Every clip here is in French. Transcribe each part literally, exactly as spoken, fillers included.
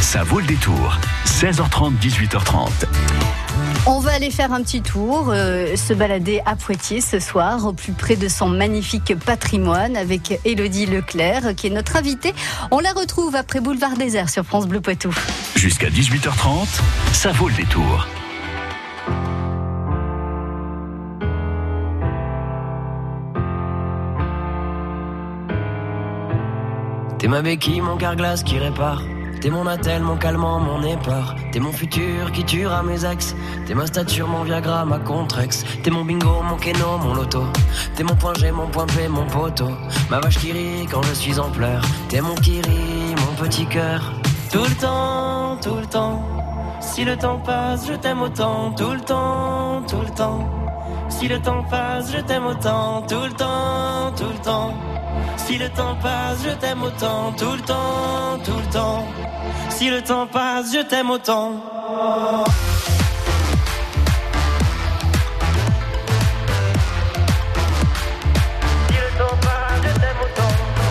Ça vaut le détour. seize heures trente, dix-huit heures trente. On va aller faire un petit tour, euh, se balader à Poitiers ce soir, au plus près de son magnifique patrimoine, avec Élodie Leclerc, qui est notre invitée. On la retrouve après Boulevard Désert sur France Bleu Poitou. Jusqu'à dix-huit heures trente, ça vaut le détour. T'es ma béquille, mon carglass qui répare. T'es mon attel, mon calmant, mon épar. T'es mon futur qui tuera mes ex. T'es ma stature, mon Viagra, ma Contrex. T'es mon bingo, mon Keno, mon loto. T'es mon point G, mon point P, mon poteau. Ma vache qui rit quand je suis en pleurs. T'es mon Kiri, mon petit cœur. Tout le temps, tout le temps. Si le temps passe, je t'aime autant. Tout le temps, tout le temps. Si le temps passe, je t'aime autant. Tout le temps, tout le temps. Si le temps passe, je t'aime autant. Tout le temps, tout le temps. Si le temps passe, je t'aime autant. Si le temps passe, je t'aime autant.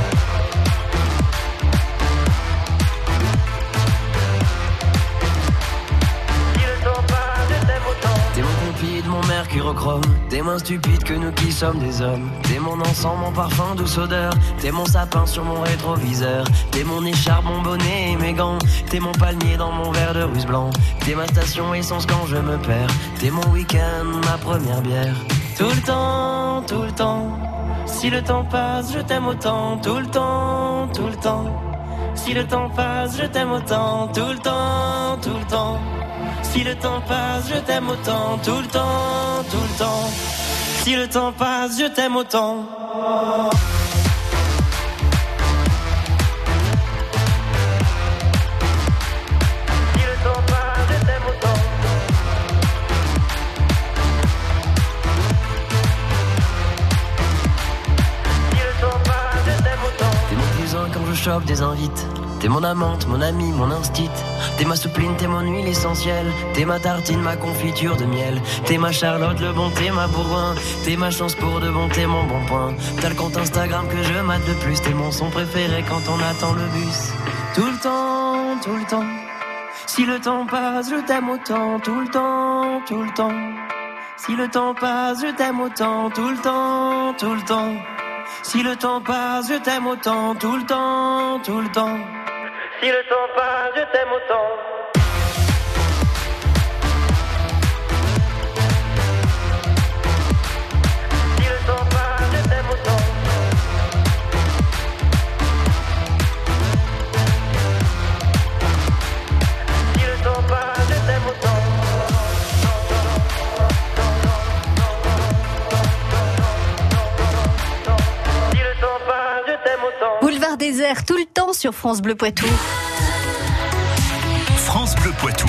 Si le temps passe, je t'aime autant. T'es mon compide, mon mercurochrome. T'es moins stupide que nous qui sommes des hommes. T'es mon encens, mon parfum, douce odeur. T'es mon sapin sur mon rétroviseur. T'es mon écharpe, mon bonnet et mes gants. T'es mon palmier dans mon verre de russe blanc. T'es ma station essence quand je me perds. T'es mon week-end, ma première bière. Tout le temps, tout le temps. Si le temps passe, je t'aime autant. Tout le temps, tout le temps. Si le temps passe, je t'aime autant. Tout le temps, tout le temps. Si le temps passe, je t'aime autant. Tout le temps, tout le temps. Si le temps passe, je t'aime autant. Si le temps passe, je t'aime autant. Si le temps passe, je t'aime autant. T'es mon plus un quand je chope des invites. T'es mon amante, mon ami, mon instit. T'es ma soupline, t'es mon huile essentielle. T'es ma tartine, ma confiture de miel. T'es ma Charlotte, le bon, t'es ma Bourgoin. T'es ma chance pour de bon, t'es mon bon point. T'as le compte Instagram que je mate le plus. T'es mon son préféré quand on attend le bus. Tout le temps, tout le temps. Si le temps passe, je t'aime autant. Tout le temps, tout le temps. Si le temps passe, je t'aime autant. Tout le temps, tout le temps. Si le temps passe, je t'aime autant. Tout le temps, tout le temps. Si le temps passe, je t'aime autant. Si le temps passe, je t'aime autant. Si le temps passe, je t'aime autant. Si le temps passe, je t'aime autant. Boulevard Désert, tout le temps sur France Bleu Poitou. France Bleu Poitou.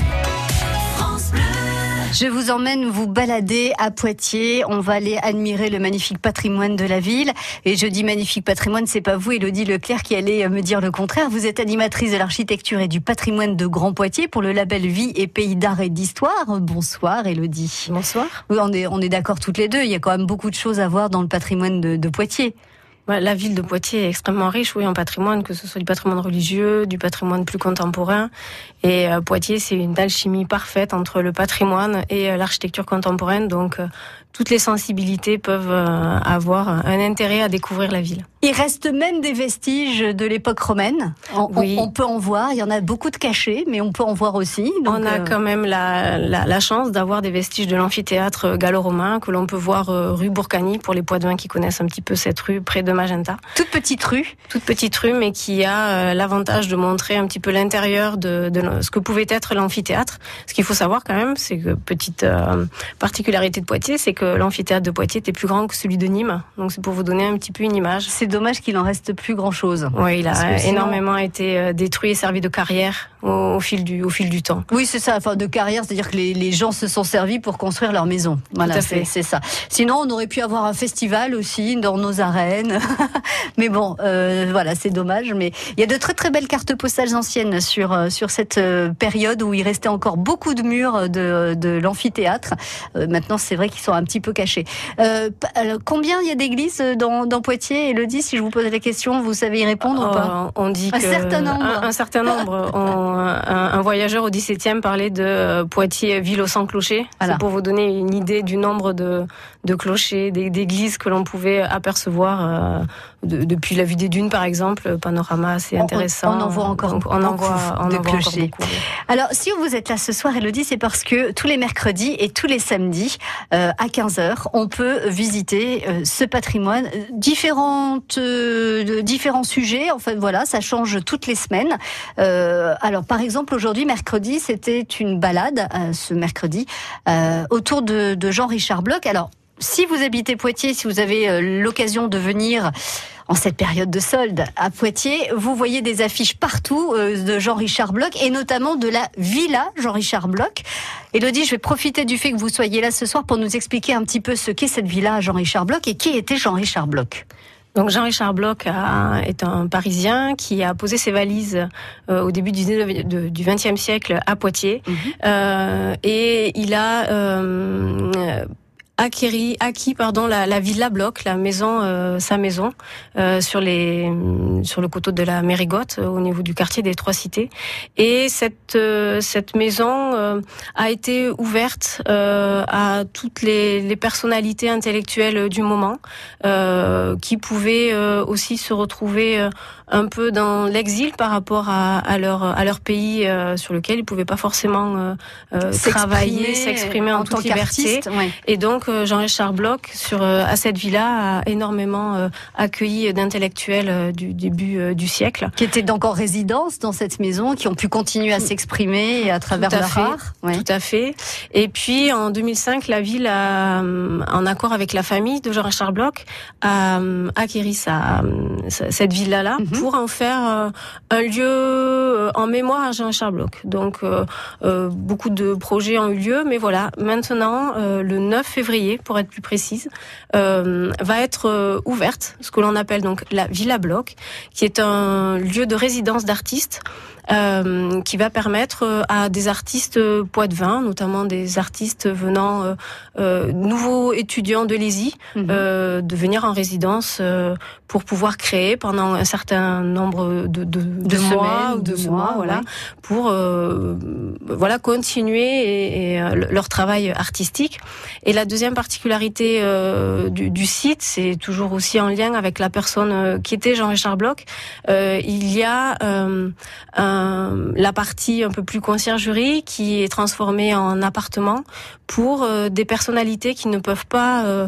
Je vous emmène vous balader à Poitiers. On va aller admirer le magnifique patrimoine de la ville. Et je dis magnifique patrimoine, c'est pas vous, Élodie Leclerc, qui allez me dire le contraire. Vous êtes animatrice de l'architecture et du patrimoine de Grand Poitiers pour le label Vie et Pays d'Art et d'Histoire. Bonsoir, Élodie. Bonsoir. Oui, on est, on est d'accord toutes les deux. Il y a quand même beaucoup de choses à voir dans le patrimoine de, de Poitiers. La ville de Poitiers est extrêmement riche, oui, en patrimoine, que ce soit du patrimoine religieux, du patrimoine plus contemporain. Et euh, Poitiers, c'est une alchimie parfaite entre le patrimoine et euh, l'architecture contemporaine. Donc, euh, toutes les sensibilités peuvent euh, avoir un intérêt à découvrir la ville. Il reste même des vestiges de l'époque romaine. On, oui. on, on peut en voir. Il y en a beaucoup de cachés, mais on peut en voir aussi. Donc, on a euh... quand même la, la, la chance d'avoir des vestiges de l'amphithéâtre gallo-romain que l'on peut voir euh, rue Bourcani, pour les Poitevins qui connaissent un petit peu cette rue près de Magenta. Toute petite rue. Toute petite rue, mais qui a euh, l'avantage de montrer un petit peu l'intérieur de, de ce que pouvait être l'amphithéâtre. Ce qu'il faut savoir quand même, c'est que petite euh, particularité de Poitiers, c'est que l'amphithéâtre de Poitiers était plus grand que celui de Nîmes. Donc c'est pour vous donner un petit peu une image. C'est dommage qu'il en reste plus grand chose. Oui, il a sinon... énormément été détruit et servi de carrière au, au fil du au fil du temps. Oui, c'est ça. Enfin, de carrière, c'est-à-dire que les, les gens se sont servis pour construire leur maison. Voilà, c'est, c'est ça. Sinon, on aurait pu avoir un festival aussi dans nos arènes. Mais bon, euh, voilà, c'est dommage. Mais il y a de très très belles cartes postales anciennes sur sur cette période où il restait encore beaucoup de murs de de l'amphithéâtre. Euh, maintenant, c'est vrai qu'ils sont un petit petit peu caché. Euh, alors, combien il y a d'églises dans, dans Poitiers, Élodie? Si je vous pose la question, vous savez y répondre oh, ou pas? On dit un que certain nombre. Un, un certain nombre. on, un, un voyageur au dix-septième parlait de Poitiers, ville aux cent clochers. Voilà. C'est pour vous donner une idée du nombre de, de clochers, d'églises que l'on pouvait apercevoir euh, de, depuis la vue des dunes, par exemple. Panorama assez intéressant. On, on en voit encore Donc, beaucoup on en voit, on de en voit clochers. Encore beaucoup. Alors, si vous êtes là ce soir, Élodie, c'est parce que tous les mercredis et tous les samedis, euh, à quinze heures, on peut visiter euh, ce patrimoine. Différentes, euh, différents sujets, en fait, voilà, ça change toutes les semaines. Euh, alors, par exemple, aujourd'hui, mercredi, c'était une balade, euh, ce mercredi, euh, autour de, de Jean-Richard Bloch. Alors, si vous habitez Poitiers, si vous avez euh, l'occasion de venir en cette période de solde à Poitiers, vous voyez des affiches partout euh, de Jean-Richard Bloch et notamment de la Villa Jean-Richard Bloch. Élodie, je vais profiter du fait que vous soyez là ce soir pour nous expliquer un petit peu ce qu'est cette Villa Jean-Richard Bloch et qui était Jean-Richard Bloch. Donc Jean-Richard Bloch a, est un Parisien qui a posé ses valises euh, au début du vingtième siècle à Poitiers. Mmh. Euh, et il a... Euh, acquis, acquis pardon la, la Villa Bloch, la maison, euh, sa maison euh, sur les sur le coteau de la Mérigotte, euh, au niveau du quartier des Trois Cités. Et cette euh, cette maison euh, a été ouverte euh, à toutes les, les personnalités intellectuelles du moment, euh, qui pouvaient euh, aussi se retrouver euh, un peu dans l'exil par rapport à, à leur à leur pays euh, sur lequel ils pouvaient pas forcément euh, euh, travailler, s'exprimer en, en toute liberté. Ouais. Et donc Jean-Richard Bloch sur à cette villa a énormément euh, accueilli d'intellectuels euh, du début euh, du siècle, qui étaient donc en résidence dans cette maison, qui ont pu continuer à s'exprimer à travers tout à leur fait, art. Ouais. Tout à fait. Et puis en deux mille cinq, la ville, a, en accord avec la famille de Jean-Richard Bloch, a acquéri sa, sa cette villa-là mm-hmm. pour en faire euh, un lieu en mémoire à Jean-Richard Bloch. Donc euh, euh, beaucoup de projets ont eu lieu, mais voilà, maintenant euh, le neuf février, pour être plus précise, euh, va être euh, ouverte, ce que l'on appelle donc la Villa Bloch, qui est un lieu de résidence d'artistes, euh, qui va permettre euh, à des artistes poitevins, notamment des artistes venant euh, euh, nouveaux étudiants de l'E S I, mmh. euh, de venir en résidence euh, pour pouvoir créer pendant un certain nombre de, de, de, de mois ou de, de mois, mois, voilà, ouais. pour euh, voilà continuer et, et, euh, leur travail artistique. Et la deuxième particularité euh, du, du site, c'est toujours aussi en lien avec la personne euh, qui était Jean-Richard Bloch. Euh, il y a euh, un, la partie un peu plus conciergerie qui est transformée en appartement pour euh, des personnalités qui ne peuvent pas euh,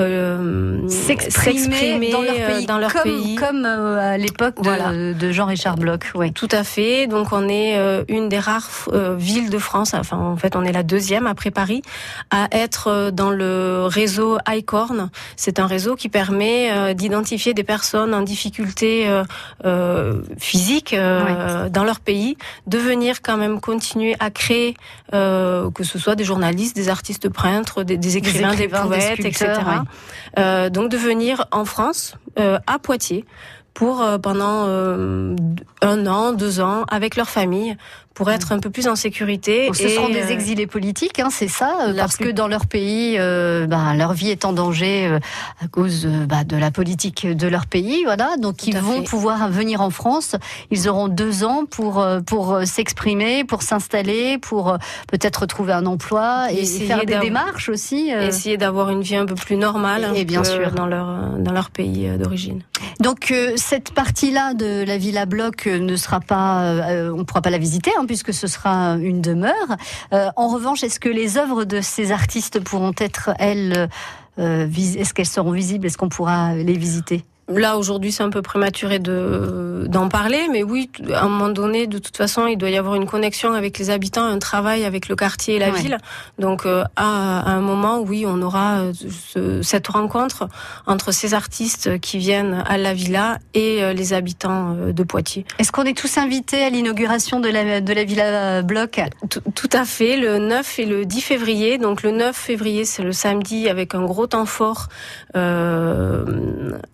euh, s'exprimer dans leur pays, dans leur comme, pays. comme euh, à l'époque de, voilà. de Jean-Richard Bloch. Oui. Tout à fait. Donc on est euh, une des rares euh, villes de France, enfin en fait on est la deuxième après Paris, à être dans le réseau iCorn. C'est un réseau qui permet euh, d'identifier des personnes en difficulté euh, euh, physique euh, oui. dans leur pays, de venir quand même continuer à créer, euh, que ce soit des journalistes, des artistes peintres, des, des écrivains, des, écrivains, des poètes, des et cetera. Oui. Euh, donc de venir en France, euh, à Poitiers, pour euh, pendant euh, un an, deux ans, avec leur famille, pour être un peu plus en sécurité. Donc, ce et seront des euh, exilés politiques, hein, c'est ça, parce plus... que dans leur pays, euh, bah, leur vie est en danger euh, à cause euh, bah, de la politique de leur pays, voilà. Donc Tout ils vont fait. pouvoir venir en France. Ils auront deux ans pour pour s'exprimer, pour s'installer, pour peut-être trouver un emploi et, et faire des démarches aussi. Euh... Essayer d'avoir une vie un peu plus normale, et, et bien sûr dans leur dans leur pays d'origine. Donc euh, cette partie-là de la Villa Bloch ne sera pas, euh, on ne pourra pas la visiter. Hein, puisque ce sera une demeure. Euh, en revanche, est-ce que les œuvres de ces artistes pourront être, elles, euh, vis- est-ce qu'elles seront visibles? Est-ce qu'on pourra les visiter? Là, aujourd'hui, c'est un peu prématuré de, d'en parler, mais oui, à un moment donné, de toute façon, il doit y avoir une connexion avec les habitants, un travail avec le quartier et la ouais. ville. Donc, euh, à, à un moment, oui, on aura ce, cette rencontre entre ces artistes qui viennent à la villa et euh, les habitants euh, de Poitiers. Est-ce qu'on est tous invités à l'inauguration de la, de la Villa Bloch? tout, tout à fait, le neuf et le dix février. Donc, le neuf février, c'est le samedi avec un gros temps fort, euh,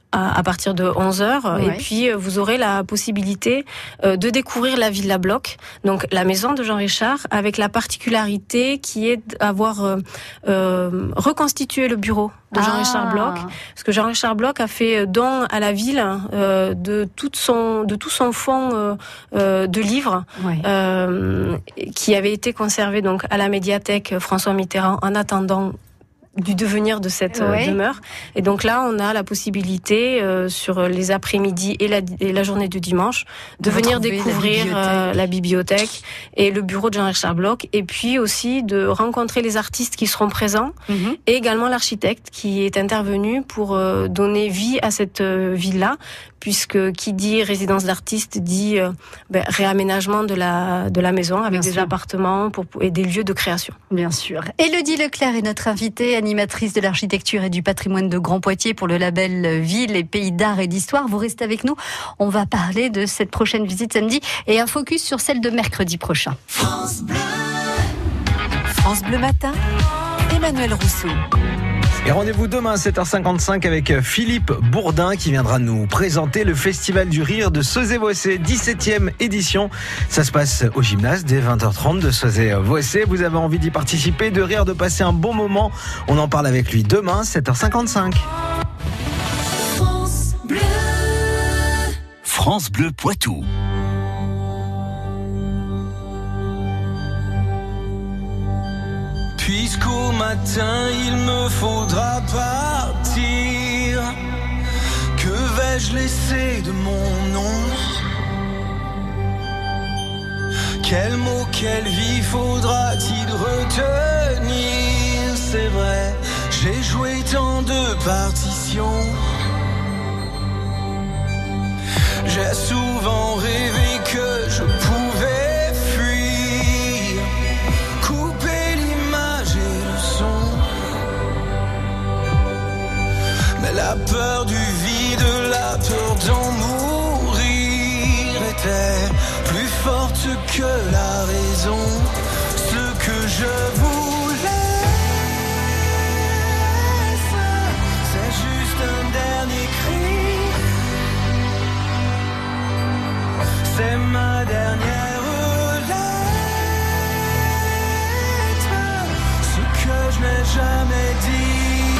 à, à partir de onze heures. Ouais. Et puis, vous aurez la possibilité euh, de découvrir la Villa Bloch, donc la maison de Jean Richard, avec la particularité qui est d'avoir euh, euh, reconstitué le bureau de Jean-Richard Ah. Bloch, parce que Jean-Richard Bloch a fait don à la ville euh, de, toute son, de tout son fonds euh, euh, de livres Ouais. euh, qui avait été conservé donc, à la médiathèque François Mitterrand en attendant du devenir de cette Ouais. euh, demeure. Et donc là, on a la possibilité, euh, sur les après-midi et la, et la journée du dimanche, de, De venir retrouver la découvrir bibliothèque. euh, la bibliothèque et le bureau de Jean-Richard Bloch, et puis aussi de rencontrer les artistes qui seront présents, Mhm. et également l'architecte qui est intervenu pour euh, donner vie à cette euh, ville-là, puisque qui dit résidence d'artistes dit euh, ben, réaménagement de la, de la maison avec Bien des sûr. appartements pour, et des lieux de création. Bien sûr. Élodie Leclerc est notre invitée, animatrice de l'architecture et du patrimoine de Grand Poitiers pour le label Ville et Pays d'Art et d'Histoire. Vous restez avec nous. On va parler de cette prochaine visite samedi et un focus sur celle de mercredi prochain. France Bleu. France Bleu Matin, Emmanuel Rousseau. Et rendez-vous demain à sept heures cinquante-cinq avec Philippe Bourdin qui viendra nous présenter le Festival du Rire de Sauzet-Voessé, dix-septième édition. Ça se passe au gymnase dès vingt heures trente de Sauzet-Voessé. Vous avez envie d'y participer, de rire, de passer un bon moment? On en parle avec lui demain, sept heures cinquante-cinq. France Bleu. France Bleu Poitou. Puisqu'au matin il me faudra partir, que vais-je laisser de mon nom? Quel mot, quelle vie faudra-t-il retenir? C'est vrai, j'ai joué tant de partitions. J'ai souvent rêvé que je pouvais fuir, couper l'image et le son. Mais la peur du vide, la peur d'en mourir était plus forte que la raison. Ce que je voulais, c'est juste un dernier cri. C'est ma dernière lettre, ce que je n'ai jamais dit,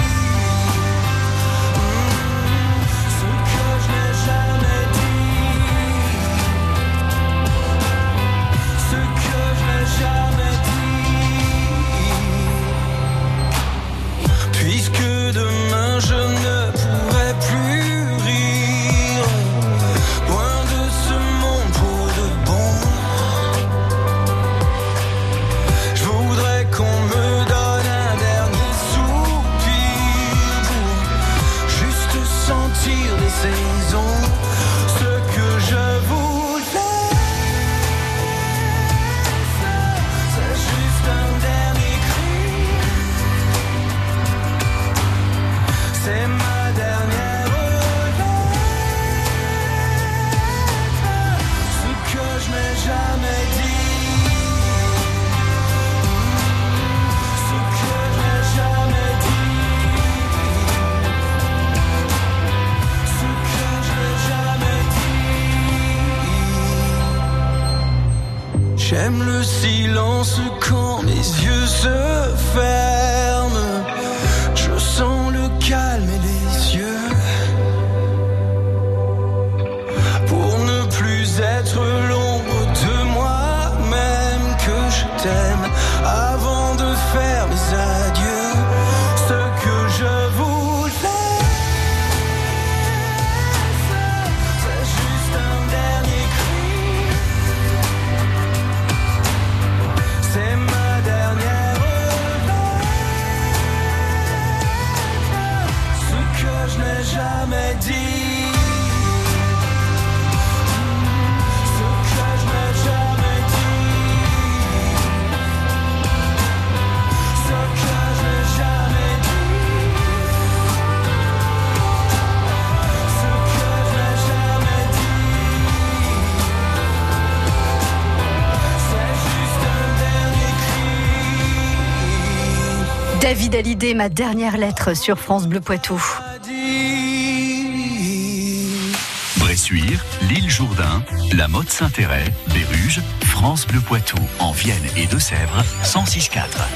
mmh, ce que je n'ai jamais dit, ce que je n'ai jamais dit. Puisque demain je ne pourrai plus rire, loin de ce monde pour de bon, je voudrais qu'on me donne un dernier soupir pour juste sentir les saisons. Ce que je voulais, c'est juste un dernier cri. C'est ma dernière lettre, ce que je n'ai jamais dit, ce que je n'ai jamais dit, ce que je n'ai jamais dit. J'aime le silence quand mes yeux se ferment. Je sens le calme et les yeux, pour ne plus être l'ombre de moi-même, que je t'aime avant de faire mes adieux. Ce que je voulais, c'est juste un dernier cri. C'est ma dernière lettre, ce que je n'ai jamais dit, ce que je n'ai jamais dit, ce que je n'ai jamais dit, ce que je n'ai jamais dit, c'est juste un dernier cri. David Hallyday, ma dernière lettre sur France Bleu Poitou. Dit. Suire, l'île Jourdain, la Motte Saint-Héret, Béruges, France Bleu Poitou, en Vienne et Deux-Sèvres, cent six virgule quatre.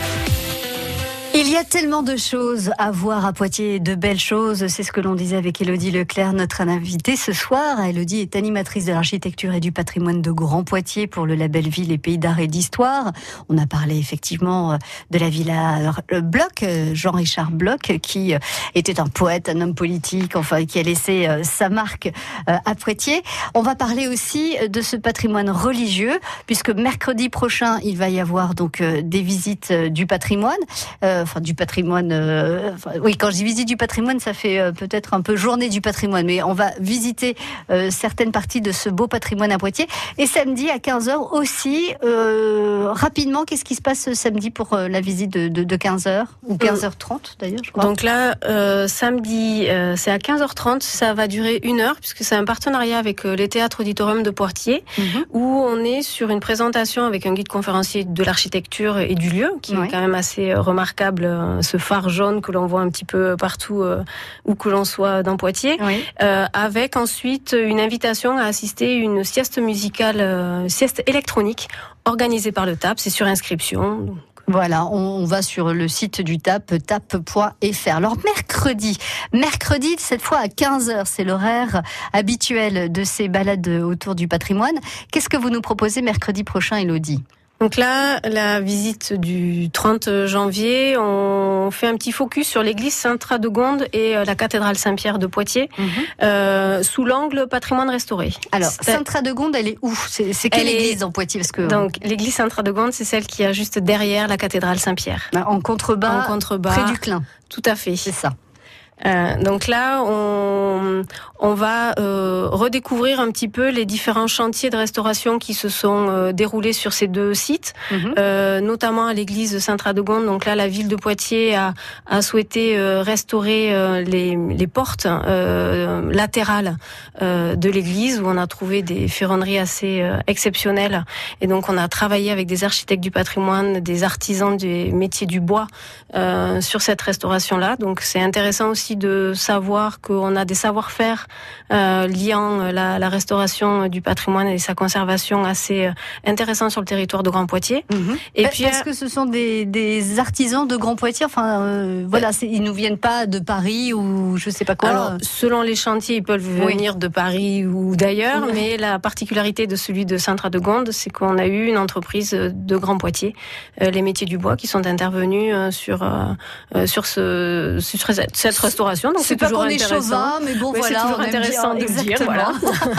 Il y a tellement de choses à voir à Poitiers, de belles choses. C'est ce que l'on disait avec Élodie Leclerc, notre invitée ce soir. Élodie est animatrice de l'architecture et du patrimoine de Grand Poitiers pour le label Ville et Pays d'Art et d'Histoire. On a parlé effectivement de la villa Bloch, Jean-Richard Bloch, qui était un poète, un homme politique, enfin qui a laissé sa marque à Poitiers. On va parler aussi de ce patrimoine religieux, puisque mercredi prochain, il va y avoir donc des visites du patrimoine. Euh, Enfin, du patrimoine. Euh, enfin, oui, quand je dis visite du patrimoine, ça fait euh, peut-être un peu journée du patrimoine, mais on va visiter euh, certaines parties de ce beau patrimoine à Poitiers. Et samedi à quinze heures aussi, euh, rapidement, qu'est-ce qui se passe samedi pour euh, la visite de, de, de quinze heures ou quinze heures trente d'ailleurs, je crois. Donc là, euh, samedi, euh, c'est à quinze heures trente, ça va durer une heure, puisque c'est un partenariat avec euh, les théâtres auditorium de Poitiers, mmh. où on est sur une présentation avec un guide conférencier de l'architecture et du lieu, qui oui. est quand même assez euh, remarquable. Ce phare jaune que l'on voit un petit peu partout euh, où que l'on soit dans Poitiers, oui. euh, avec ensuite une invitation à assister à une sieste musicale, euh, sieste électronique organisée par le T A P, c'est sur inscription. Voilà, on, on va sur le site du T A P, T A P point F R. Alors mercredi, mercredi cette fois à quinze heures, c'est l'horaire habituel de ces balades autour du patrimoine. Qu'est-ce que vous nous proposez mercredi prochain, Élodie ? Donc là, la visite du trente janvier, on fait un petit focus sur l'église Sainte-Radegonde et la cathédrale Saint-Pierre de Poitiers, mmh. euh, sous l'angle patrimoine restauré. Alors, Sainte-Radegonde, elle est où ? C'est, c'est quelle elle église est... en Poitiers ? Parce que... Donc, l'église Sainte-Radegonde, c'est celle qui est juste derrière la cathédrale Saint-Pierre. En contrebas, en contrebas près du Clin. Tout à fait. C'est ça. Euh, donc là, on, on va euh, redécouvrir un petit peu les différents chantiers de restauration qui se sont euh, déroulés sur ces deux sites, mmh. euh, notamment à l'église Sainte-Radegonde. Donc là, la ville de Poitiers a, a souhaité euh, restaurer euh, les, les portes euh, latérales euh, de l'église, où on a trouvé des ferronneries assez euh, exceptionnelles. Et donc, on a travaillé avec des architectes du patrimoine, des artisans des métiers du bois euh, sur cette restauration-là. Donc, c'est intéressant aussi de savoir qu'on a des savoir-faire euh, liant la, la restauration du patrimoine et sa conservation assez euh, intéressants sur le territoire de Grand Poitiers. Mmh. Et puis, est-ce que ce sont des, des artisans de Grand Poitiers ? Enfin, euh, voilà, c'est, ils nous viennent pas de Paris ou je sais pas quoi. Alors, selon les chantiers, ils peuvent venir oui. de Paris ou d'ailleurs, oui. mais la particularité de celui de Sainte-Radegonde, c'est qu'on a eu une entreprise de Grand Poitiers, euh, les métiers du bois, qui sont intervenus euh, sur euh, sur ce sur cette restauration. Donc c'est, c'est pas qu'on est chauvin, mais bon, oui, voilà, c'est toujours intéressant dire, de le dire. Voilà.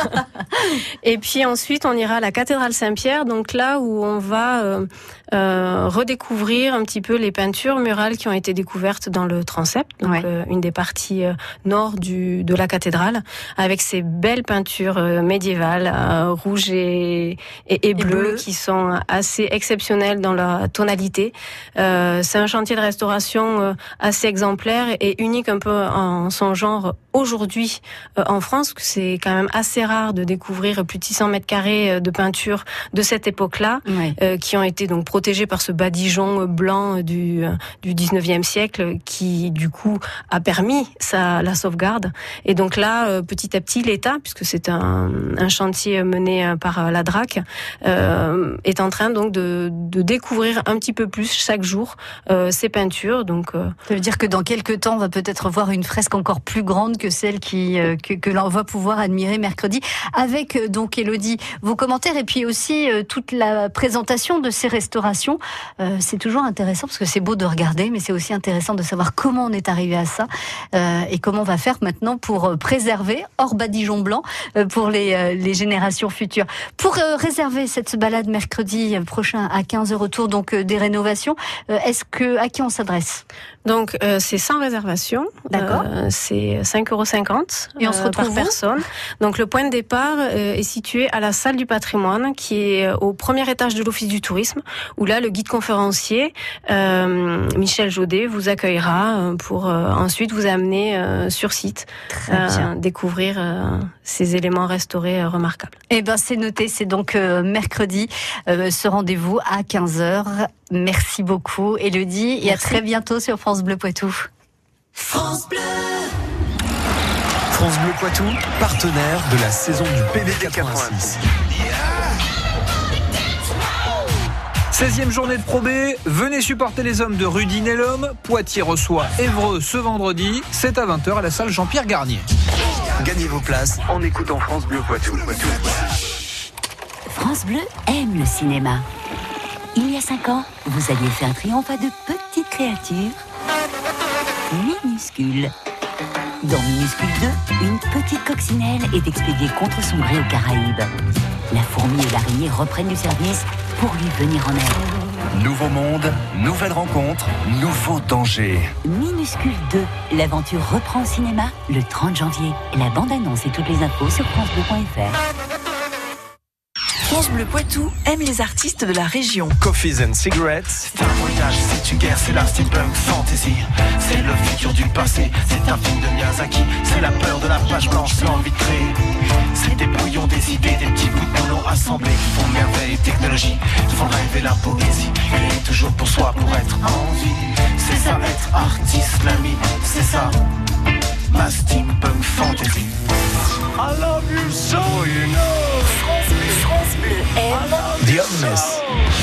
Et puis ensuite, on ira à la cathédrale Saint-Pierre, donc là où on va euh, euh, redécouvrir un petit peu les peintures murales qui ont été découvertes dans le transept, donc ouais. euh, une des parties euh, nord du de la cathédrale, avec ces belles peintures euh, médiévales, euh, rouges et, et, et, et bleues, bleu. qui sont assez exceptionnelles dans leur tonalité. Euh, c'est un chantier de restauration euh, assez exemplaire et unique un peu en son genre aujourd'hui euh, en France, que c'est quand même assez rare de découvrir plus de six cents mètres carrés de peinture de cette époque-là, oui. euh, qui ont été donc protégés par ce badigeon blanc du, du dix-neuvième siècle, qui du coup a permis sa, la sauvegarde. Et donc là, euh, petit à petit, l'État, puisque c'est un, un chantier mené par la D R A C, euh, est en train donc de, de découvrir un petit peu plus chaque jour euh, ces peintures. Donc, euh, ça veut dire que dans quelques temps, on va peut-être voir une fresque encore plus grande que celle qui, euh, que, que l'on va pouvoir admirer mercredi, avec euh, donc Élodie, vos commentaires et puis aussi euh, toute la présentation de ces restaurations. Euh, c'est toujours intéressant parce que c'est beau de regarder, mais c'est aussi intéressant de savoir comment on est arrivé à ça euh, et comment on va faire maintenant pour euh, préserver, hors badigeon blanc, euh, pour les, euh, les générations futures. Pour euh, réserver cette balade mercredi prochain à quinze heures autour donc euh, des rénovations, euh, est-ce que à qui on s'adresse ? Donc euh, c'est sans réservation. D'accord. Euh, c'est cinq euros cinquante et on se retrouve par personne. Donc le point de départ euh, est situé à la salle du patrimoine, qui est au premier étage de l'office du tourisme, où là le guide conférencier euh, Michel Jaudet vous accueillera pour euh, ensuite vous amener euh, sur site, euh, découvrir euh, ces éléments restaurés euh, remarquables. Eh ben c'est noté, c'est donc euh, mercredi euh, ce rendez-vous à quinze heures. Merci beaucoup Élodie et à très bientôt sur France Bleu Poitou. France Bleu. France Bleu Poitou, partenaire de la saison du P B quatre-vingt-six. seizième journée de Pro B, venez supporter les hommes de Rudy-Nellum. Poitiers reçoit Évreux ce vendredi, c'est à vingt heures à la salle Jean-Pierre Garnier. Gagnez vos places en écoutant France Bleu Poitou. France Bleu aime le cinéma. Il y a cinq ans, vous aviez fait un triomphe à de petites créatures minuscules. Dans Minuscule deux, une petite coccinelle est expédiée contre son gré aux Caraïbes. La fourmi et l'araignée reprennent du service pour lui venir en aide. Nouveau monde, nouvelle rencontre, nouveau danger. Minuscule deux, l'aventure reprend au cinéma le trente janvier. La bande-annonce et toutes les infos sur francebleu point f r. France Bleu Poitou aime les artistes de la région. Coffees and Cigarettes. C'est un voyage, c'est une guerre, c'est la steampunk fantasy. C'est le futur du passé, c'est un film de Miyazaki. C'est la peur de la page blanche, c'est l'envie de créer. C'est des brouillons, des idées, des petits bouts de boulot assemblés qui font merveille et technologie, qui font rêver la poésie. Créer toujours pour soi, pour être en vie. C'est ça, être artiste, l'ami, c'est ça. Ma steampunk fantasy. I love you so, you know. France Bleu aime The Homeless.